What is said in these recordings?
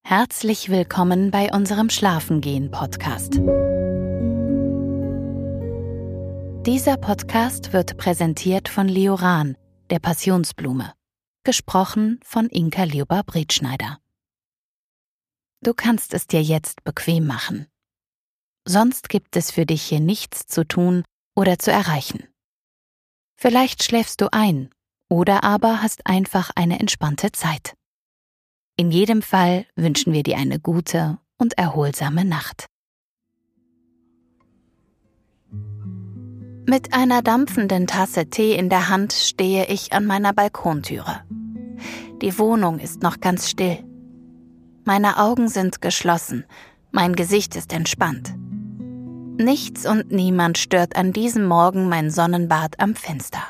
Herzlich willkommen bei unserem Schlafengehen-Podcast. Dieser Podcast wird präsentiert von Lioran, der Passionsblume. Gesprochen von Inka Lioba-Bretschneider. Du kannst es dir jetzt bequem machen. Sonst gibt es für dich hier nichts zu tun oder zu erreichen. Vielleicht schläfst du ein oder aber hast einfach eine entspannte Zeit. In jedem Fall wünschen wir dir eine gute und erholsame Nacht. Mit einer dampfenden Tasse Tee in der Hand stehe ich an meiner Balkontüre. Die Wohnung ist noch ganz still. Meine Augen sind geschlossen, mein Gesicht ist entspannt. Nichts und niemand stört an diesem Morgen mein Sonnenbad am Fenster.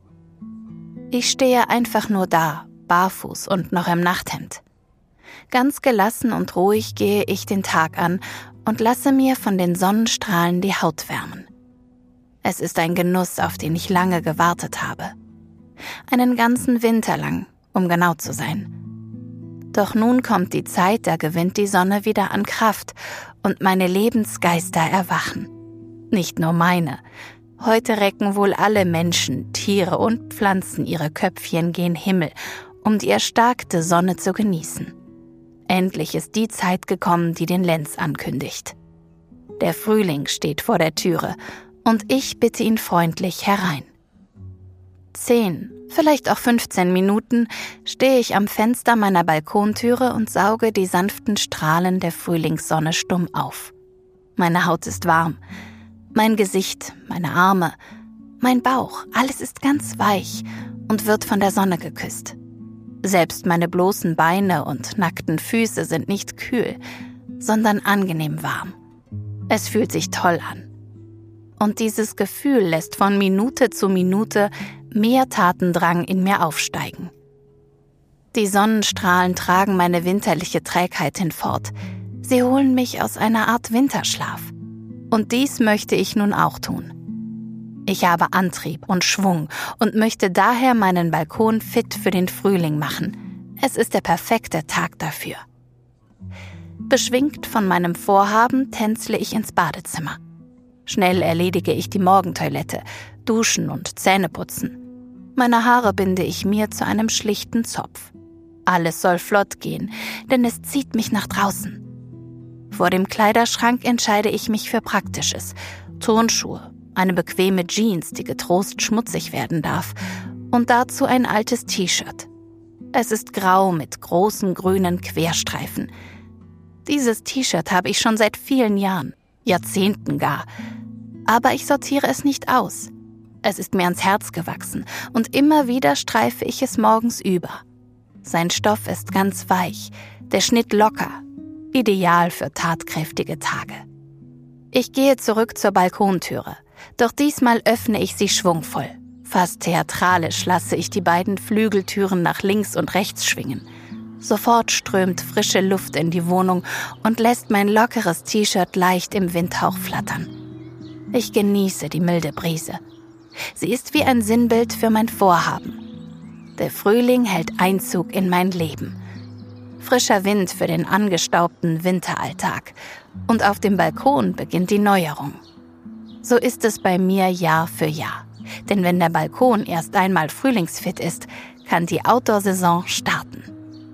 Ich stehe einfach nur da, barfuß und noch im Nachthemd. Ganz gelassen und ruhig gehe ich den Tag an und lasse mir von den Sonnenstrahlen die Haut wärmen. Es ist ein Genuss, auf den ich lange gewartet habe. Einen ganzen Winter lang, um genau zu sein. Doch nun kommt die Zeit, da gewinnt die Sonne wieder an Kraft und meine Lebensgeister erwachen. Nicht nur meine. Heute recken wohl alle Menschen, Tiere und Pflanzen ihre Köpfchen gen Himmel, um die erstarkte Sonne zu genießen. Endlich ist die Zeit gekommen, die den Lenz ankündigt. Der Frühling steht vor der Türe und ich bitte ihn freundlich herein. 10, vielleicht auch 15 Minuten stehe ich am Fenster meiner Balkontüre und sauge die sanften Strahlen der Frühlingssonne stumm auf. Meine Haut ist warm, mein Gesicht, meine Arme, mein Bauch, alles ist ganz weich und wird von der Sonne geküsst. Selbst meine bloßen Beine und nackten Füße sind nicht kühl, sondern angenehm warm. Es fühlt sich toll an. Und dieses Gefühl lässt von Minute zu Minute mehr Tatendrang in mir aufsteigen. Die Sonnenstrahlen tragen meine winterliche Trägheit hinfort. Sie holen mich aus einer Art Winterschlaf. Und dies möchte ich nun auch tun. Ich habe Antrieb und Schwung und möchte daher meinen Balkon fit für den Frühling machen. Es ist der perfekte Tag dafür. Beschwingt von meinem Vorhaben tänzle ich ins Badezimmer. Schnell erledige ich die Morgentoilette, Duschen und Zähneputzen. Meine Haare binde ich mir zu einem schlichten Zopf. Alles soll flott gehen, denn es zieht mich nach draußen. Vor dem Kleiderschrank entscheide ich mich für Praktisches. Turnschuhe, eine bequeme Jeans, die getrost schmutzig werden darf, und dazu ein altes T-Shirt. Es ist grau mit großen grünen Querstreifen. Dieses T-Shirt habe ich schon seit vielen Jahren, Jahrzehnten gar. Aber ich sortiere es nicht aus. Es ist mir ans Herz gewachsen und immer wieder streife ich es morgens über. Sein Stoff ist ganz weich, der Schnitt locker, ideal für tatkräftige Tage. Ich gehe zurück zur Balkontüre, doch diesmal öffne ich sie schwungvoll. Fast theatralisch lasse ich die beiden Flügeltüren nach links und rechts schwingen. Sofort strömt frische Luft in die Wohnung und lässt mein lockeres T-Shirt leicht im Windhauch flattern. Ich genieße die milde Brise. Sie ist wie ein Sinnbild für mein Vorhaben. Der Frühling hält Einzug in mein Leben. Frischer Wind für den angestaubten Winteralltag. Und auf dem Balkon beginnt die Neuerung. So ist es bei mir Jahr für Jahr. Denn wenn der Balkon erst einmal frühlingsfit ist, kann die Outdoor-Saison starten.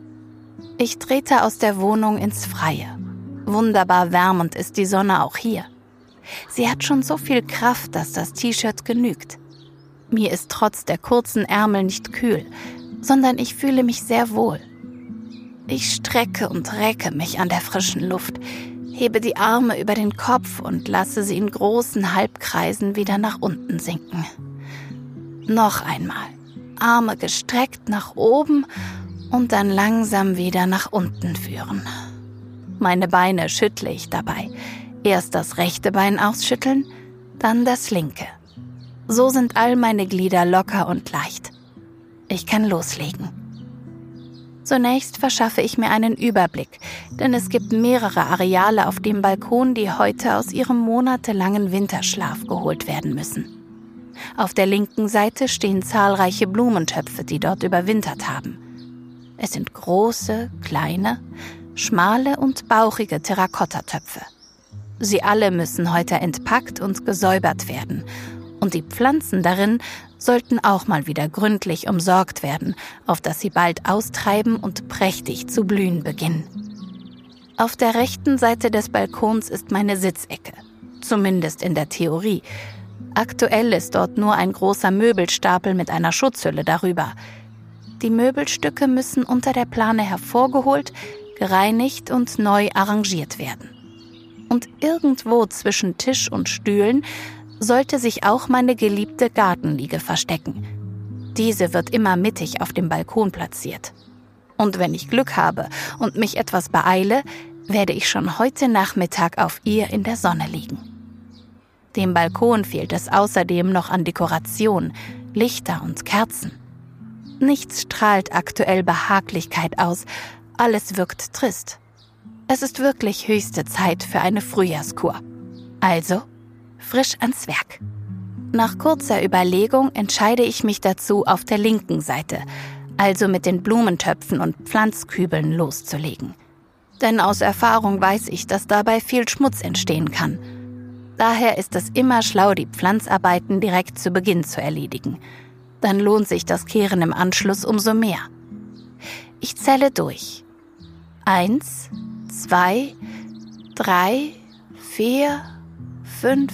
Ich trete aus der Wohnung ins Freie. Wunderbar wärmend ist die Sonne auch hier. Sie hat schon so viel Kraft, dass das T-Shirt genügt. Mir ist trotz der kurzen Ärmel nicht kühl, sondern ich fühle mich sehr wohl. Ich strecke und recke mich an der frischen Luft, hebe die Arme über den Kopf und lasse sie in großen Halbkreisen wieder nach unten sinken. Noch einmal, Arme gestreckt nach oben und dann langsam wieder nach unten führen. Meine Beine schüttle ich dabei. Erst das rechte Bein ausschütteln, dann das linke. So sind all meine Glieder locker und leicht. Ich kann loslegen. Zunächst verschaffe ich mir einen Überblick, denn es gibt mehrere Areale auf dem Balkon, die heute aus ihrem monatelangen Winterschlaf geholt werden müssen. Auf der linken Seite stehen zahlreiche Blumentöpfe, die dort überwintert haben. Es sind große, kleine, Schmale und bauchige Terrakottatöpfe. Sie alle müssen heute entpackt und gesäubert werden. Und die Pflanzen darin sollten auch mal wieder gründlich umsorgt werden, auf dass sie bald austreiben und prächtig zu blühen beginnen. Auf der rechten Seite des Balkons ist meine Sitzecke, zumindest in der Theorie. Aktuell ist dort nur ein großer Möbelstapel mit einer Schutzhülle darüber. Die Möbelstücke müssen unter der Plane hervorgeholt, gereinigt und neu arrangiert werden. Und irgendwo zwischen Tisch und Stühlen sollte sich auch meine geliebte Gartenliege verstecken. Diese wird immer mittig auf dem Balkon platziert. Und wenn ich Glück habe und mich etwas beeile, werde ich schon heute Nachmittag auf ihr in der Sonne liegen. Dem Balkon fehlt es außerdem noch an Dekoration, Lichter und Kerzen. Nichts strahlt aktuell Behaglichkeit aus, alles wirkt trist. Es ist wirklich höchste Zeit für eine Frühjahrskur. Also frisch ans Werk. Nach kurzer Überlegung entscheide ich mich dazu, auf der linken Seite, also mit den Blumentöpfen und Pflanzkübeln loszulegen. Denn aus Erfahrung weiß ich, dass dabei viel Schmutz entstehen kann. Daher ist es immer schlau, die Pflanzarbeiten direkt zu Beginn zu erledigen. Dann lohnt sich das Kehren im Anschluss umso mehr. Ich zähle durch. 1, 2, 3, 4, 5,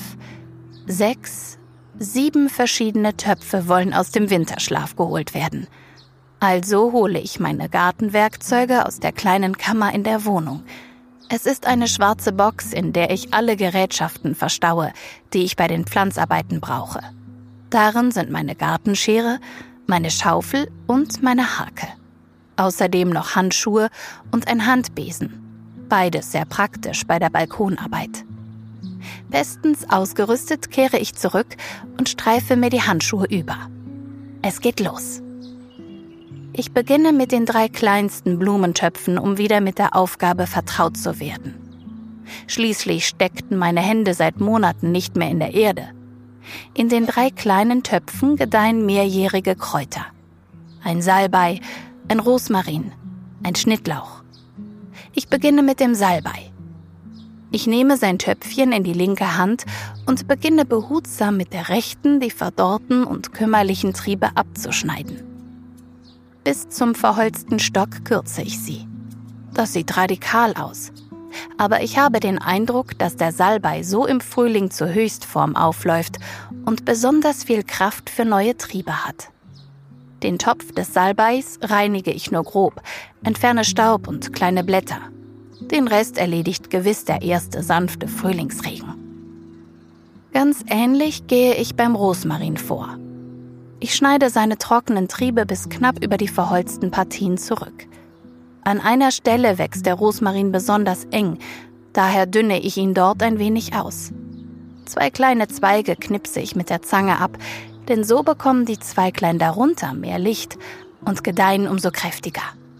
6, 7 verschiedene Töpfe wollen aus dem Winterschlaf geholt werden. Also hole ich meine Gartenwerkzeuge aus der kleinen Kammer in der Wohnung. Es ist eine schwarze Box, in der ich alle Gerätschaften verstaue, die ich bei den Pflanzarbeiten brauche. Darin sind meine Gartenschere, meine Schaufel und meine Harke. Außerdem noch Handschuhe und ein Handbesen. Beides sehr praktisch bei der Balkonarbeit. Bestens ausgerüstet kehre ich zurück und streife mir die Handschuhe über. Es geht los. Ich beginne mit den 3 kleinsten Blumentöpfen, um wieder mit der Aufgabe vertraut zu werden. Schließlich steckten meine Hände seit Monaten nicht mehr in der Erde. In den 3 kleinen Töpfen gedeihen mehrjährige Kräuter. Ein Salbei, ein Rosmarin, ein Schnittlauch. Ich beginne mit dem Salbei. Ich nehme sein Töpfchen in die linke Hand und beginne behutsam mit der rechten die verdorrten und kümmerlichen Triebe abzuschneiden. Bis zum verholzten Stock kürze ich sie. Das sieht radikal aus. Aber ich habe den Eindruck, dass der Salbei so im Frühling zur Höchstform aufläuft und besonders viel Kraft für neue Triebe hat. Den Topf des Salbeis reinige ich nur grob, entferne Staub und kleine Blätter. Den Rest erledigt gewiss der erste sanfte Frühlingsregen. Ganz ähnlich gehe ich beim Rosmarin vor. Ich schneide seine trockenen Triebe bis knapp über die verholzten Partien zurück. An einer Stelle wächst der Rosmarin besonders eng, daher dünne ich ihn dort ein wenig aus. 2 kleine Zweige knipse ich mit der Zange ab, denn so bekommen die Zweiglein darunter mehr Licht und gedeihen umso kräftiger.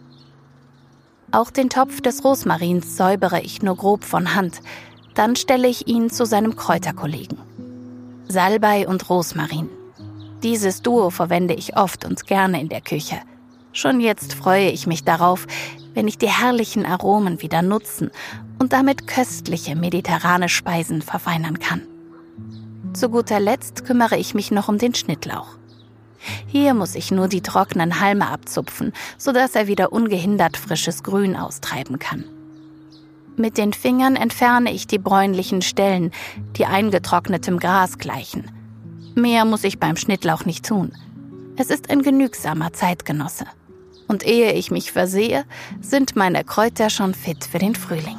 Auch den Topf des Rosmarins säubere ich nur grob von Hand, dann stelle ich ihn zu seinem Kräuterkollegen. Salbei und Rosmarin. Dieses Duo verwende ich oft und gerne in der Küche. Schon jetzt freue ich mich darauf, wenn ich die herrlichen Aromen wieder nutzen und damit köstliche mediterrane Speisen verfeinern kann. Zu guter Letzt kümmere ich mich noch um den Schnittlauch. Hier muss ich nur die trockenen Halme abzupfen, sodass er wieder ungehindert frisches Grün austreiben kann. Mit den Fingern entferne ich die bräunlichen Stellen, die eingetrocknetem Gras gleichen. Mehr muss ich beim Schnittlauch nicht tun. Es ist ein genügsamer Zeitgenosse. Und ehe ich mich versehe, sind meine Kräuter schon fit für den Frühling.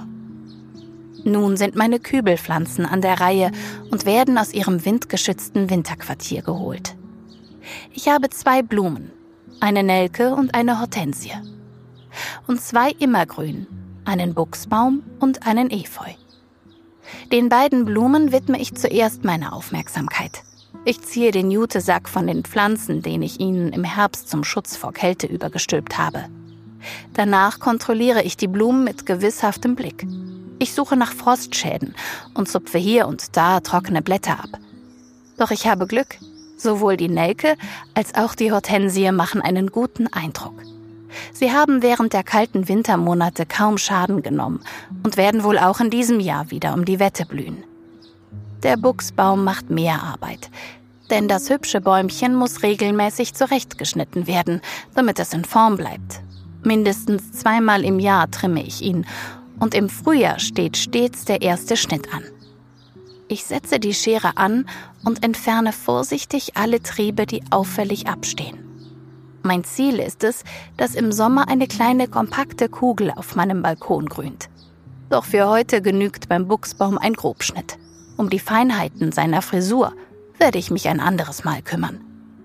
Nun sind meine Kübelpflanzen an der Reihe und werden aus ihrem windgeschützten Winterquartier geholt. Ich habe 2 Blumen, eine Nelke und eine Hortensie. Und 2 Immergrün, einen Buchsbaum und einen Efeu. Den beiden Blumen widme ich zuerst meine Aufmerksamkeit. Ich ziehe den Jutesack von den Pflanzen, den ich ihnen im Herbst zum Schutz vor Kälte übergestülpt habe. Danach kontrolliere ich die Blumen mit gewisshaftem Blick. Ich suche nach Frostschäden und zupfe hier und da trockene Blätter ab. Doch ich habe Glück. Sowohl die Nelke als auch die Hortensie machen einen guten Eindruck. Sie haben während der kalten Wintermonate kaum Schaden genommen und werden wohl auch in diesem Jahr wieder um die Wette blühen. Der Buchsbaum macht mehr Arbeit, denn das hübsche Bäumchen muss regelmäßig zurechtgeschnitten werden, damit es in Form bleibt. Mindestens 2-mal im Jahr trimme ich ihn und im Frühjahr steht stets der erste Schnitt an. Ich setze die Schere an und entferne vorsichtig alle Triebe, die auffällig abstehen. Mein Ziel ist es, dass im Sommer eine kleine kompakte Kugel auf meinem Balkon grünt. Doch für heute genügt beim Buchsbaum ein Grobschnitt. Um die Feinheiten seiner Frisur werde ich mich ein anderes Mal kümmern.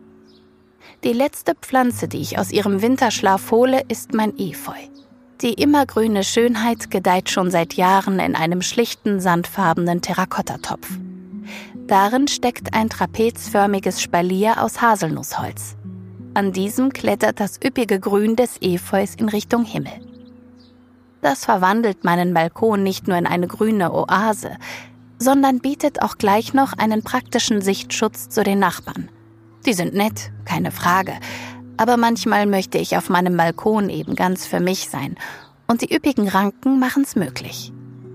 Die letzte Pflanze, die ich aus ihrem Winterschlaf hole, ist mein Efeu. Die immergrüne Schönheit gedeiht schon seit Jahren in einem schlichten, sandfarbenen Terrakottatopf. Darin steckt ein trapezförmiges Spalier aus Haselnussholz. An diesem klettert das üppige Grün des Efeus in Richtung Himmel. Das verwandelt meinen Balkon nicht nur in eine grüne Oase, sondern bietet auch gleich noch einen praktischen Sichtschutz zu den Nachbarn. Die sind nett, keine Frage, aber manchmal möchte ich auf meinem Balkon eben ganz für mich sein und die üppigen Ranken machen's möglich.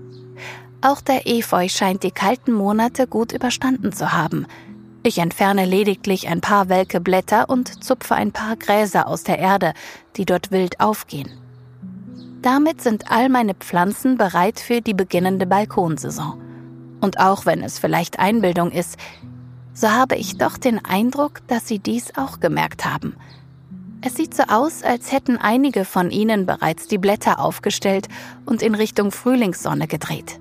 Auch der Efeu scheint die kalten Monate gut überstanden zu haben. Ich entferne lediglich ein paar welke Blätter und zupfe ein paar Gräser aus der Erde, die dort wild aufgehen. Damit sind all meine Pflanzen bereit für die beginnende Balkonsaison. Und auch wenn es vielleicht Einbildung ist, so habe ich doch den Eindruck, dass sie dies auch gemerkt haben. Es sieht so aus, als hätten einige von ihnen bereits die Blätter aufgestellt und in Richtung Frühlingssonne gedreht.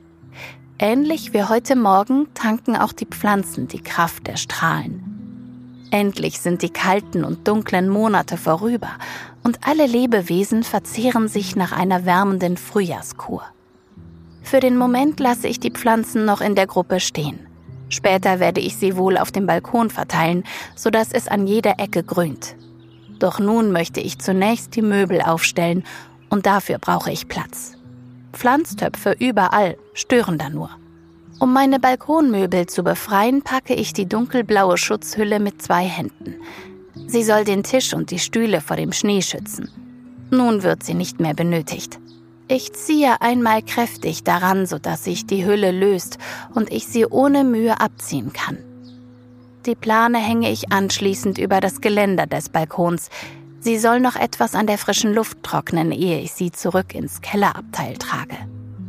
Ähnlich wie heute Morgen tanken auch die Pflanzen die Kraft der Strahlen. Endlich sind die kalten und dunklen Monate vorüber und alle Lebewesen verzehren sich nach einer wärmenden Frühjahrskur. Für den Moment lasse ich die Pflanzen noch in der Gruppe stehen. Später werde ich sie wohl auf dem Balkon verteilen, sodass es an jeder Ecke grünt. Doch nun möchte ich zunächst die Möbel aufstellen und dafür brauche ich Platz. Pflanztöpfe überall stören da nur. Um meine Balkonmöbel zu befreien, packe ich die dunkelblaue Schutzhülle mit 2 Händen. Sie soll den Tisch und die Stühle vor dem Schnee schützen. Nun wird sie nicht mehr benötigt. Ich ziehe einmal kräftig daran, sodass sich die Hülle löst und ich sie ohne Mühe abziehen kann. Die Plane hänge ich anschließend über das Geländer des Balkons. Sie soll noch etwas an der frischen Luft trocknen, ehe ich sie zurück ins Kellerabteil trage.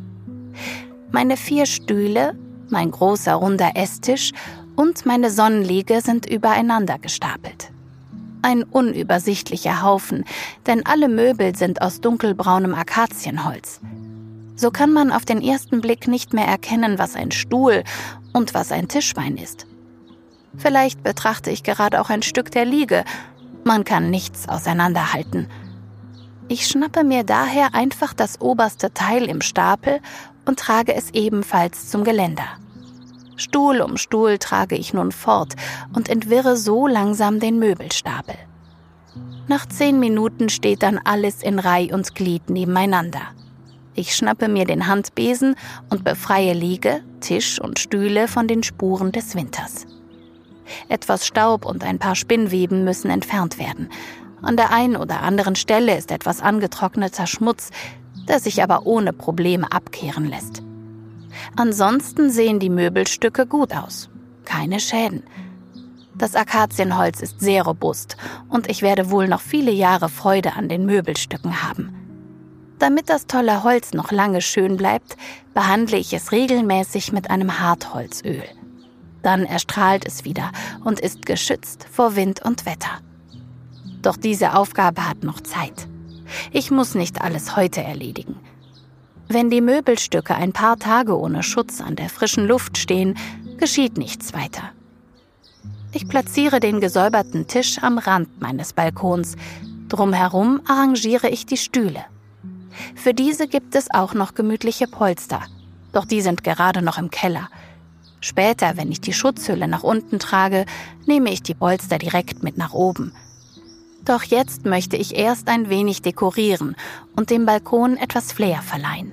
Meine 4 Stühle, mein großer runder Esstisch und meine Sonnenliege sind übereinander gestapelt. Ein unübersichtlicher Haufen, denn alle Möbel sind aus dunkelbraunem Akazienholz. So kann man auf den ersten Blick nicht mehr erkennen, was ein Stuhl und was ein Tischbein ist. Vielleicht betrachte ich gerade auch ein Stück der Liege. Man kann nichts auseinanderhalten. Ich schnappe mir daher einfach das oberste Teil im Stapel und trage es ebenfalls zum Geländer. Stuhl um Stuhl trage ich nun fort und entwirre so langsam den Möbelstapel. Nach 10 Minuten steht dann alles in Reih und Glied nebeneinander. Ich schnappe mir den Handbesen und befreie Liege, Tisch und Stühle von den Spuren des Winters. Etwas Staub und ein paar Spinnweben müssen entfernt werden. An der einen oder anderen Stelle ist etwas angetrockneter Schmutz, der sich aber ohne Probleme abkehren lässt. Ansonsten sehen die Möbelstücke gut aus. Keine Schäden. Das Akazienholz ist sehr robust und ich werde wohl noch viele Jahre Freude an den Möbelstücken haben. Damit das tolle Holz noch lange schön bleibt, behandle ich es regelmäßig mit einem Hartholzöl. Dann erstrahlt es wieder und ist geschützt vor Wind und Wetter. Doch diese Aufgabe hat noch Zeit. Ich muss nicht alles heute erledigen. Wenn die Möbelstücke ein paar Tage ohne Schutz an der frischen Luft stehen, geschieht nichts weiter. Ich platziere den gesäuberten Tisch am Rand meines Balkons. Drumherum arrangiere ich die Stühle. Für diese gibt es auch noch gemütliche Polster, doch die sind gerade noch im Keller. Später, wenn ich die Schutzhülle nach unten trage, nehme ich die Polster direkt mit nach oben. Doch jetzt möchte ich erst ein wenig dekorieren und dem Balkon etwas Flair verleihen.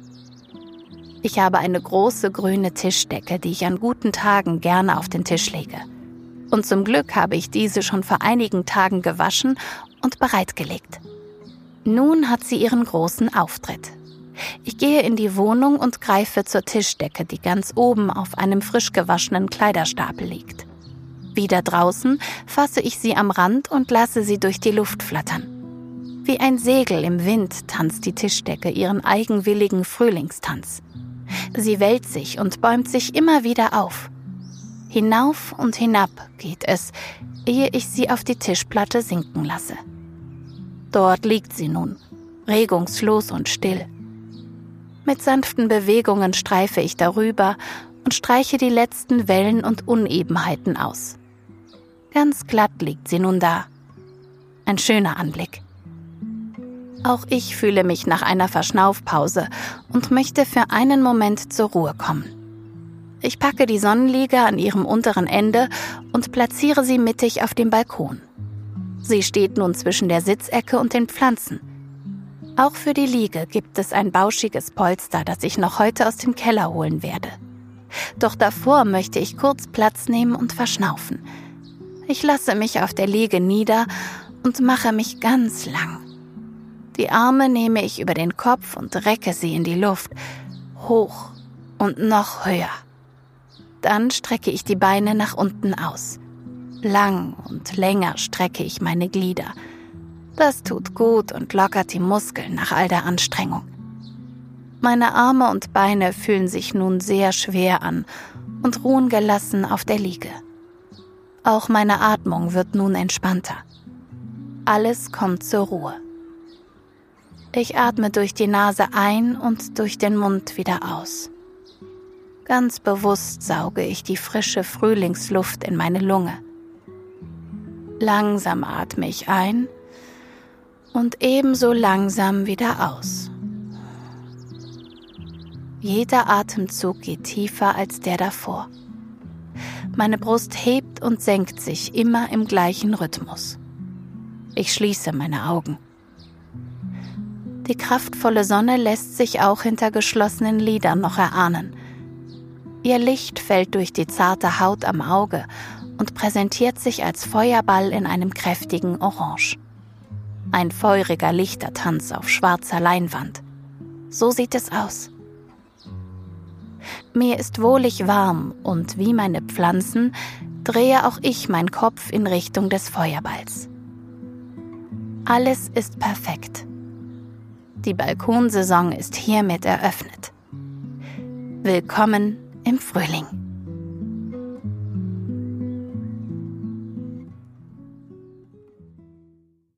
Ich habe eine große grüne Tischdecke, die ich an guten Tagen gerne auf den Tisch lege. Und zum Glück habe ich diese schon vor einigen Tagen gewaschen und bereitgelegt. Nun hat sie ihren großen Auftritt. Ich gehe in die Wohnung und greife zur Tischdecke, die ganz oben auf einem frisch gewaschenen Kleiderstapel liegt. Wieder draußen fasse ich sie am Rand und lasse sie durch die Luft flattern. Wie ein Segel im Wind tanzt die Tischdecke ihren eigenwilligen Frühlingstanz. Sie wellt sich und bäumt sich immer wieder auf. Hinauf und hinab geht es, ehe ich sie auf die Tischplatte sinken lasse. Dort liegt sie nun, regungslos und still. Mit sanften Bewegungen streife ich darüber und streiche die letzten Wellen und Unebenheiten aus. Ganz glatt liegt sie nun da. Ein schöner Anblick. Auch ich fühle mich nach einer Verschnaufpause und möchte für einen Moment zur Ruhe kommen. Ich packe die Sonnenliege an ihrem unteren Ende und platziere sie mittig auf dem Balkon. Sie steht nun zwischen der Sitzecke und den Pflanzen. Auch für die Liege gibt es ein bauschiges Polster, das ich noch heute aus dem Keller holen werde. Doch davor möchte ich kurz Platz nehmen und verschnaufen. Ich lasse mich auf der Liege nieder und mache mich ganz lang. Die Arme nehme ich über den Kopf und recke sie in die Luft, hoch und noch höher. Dann strecke ich die Beine nach unten aus. Lang und länger strecke ich meine Glieder. Das tut gut und lockert die Muskeln nach all der Anstrengung. Meine Arme und Beine fühlen sich nun sehr schwer an und ruhen gelassen auf der Liege. Auch meine Atmung wird nun entspannter. Alles kommt zur Ruhe. Ich atme durch die Nase ein und durch den Mund wieder aus. Ganz bewusst sauge ich die frische Frühlingsluft in meine Lunge. Langsam atme ich ein und ebenso langsam wieder aus. Jeder Atemzug geht tiefer als der davor. Meine Brust hebt und senkt sich immer im gleichen Rhythmus. Ich schließe meine Augen. Die kraftvolle Sonne lässt sich auch hinter geschlossenen Lidern noch erahnen. Ihr Licht fällt durch die zarte Haut am Auge und präsentiert sich als Feuerball in einem kräftigen Orange. Ein feuriger Lichtertanz auf schwarzer Leinwand. So sieht es aus. Mir ist wohlig warm und wie meine Pflanzen drehe auch ich meinen Kopf in Richtung des Feuerballs. Alles ist perfekt. Die Balkonsaison ist hiermit eröffnet. Willkommen im Frühling.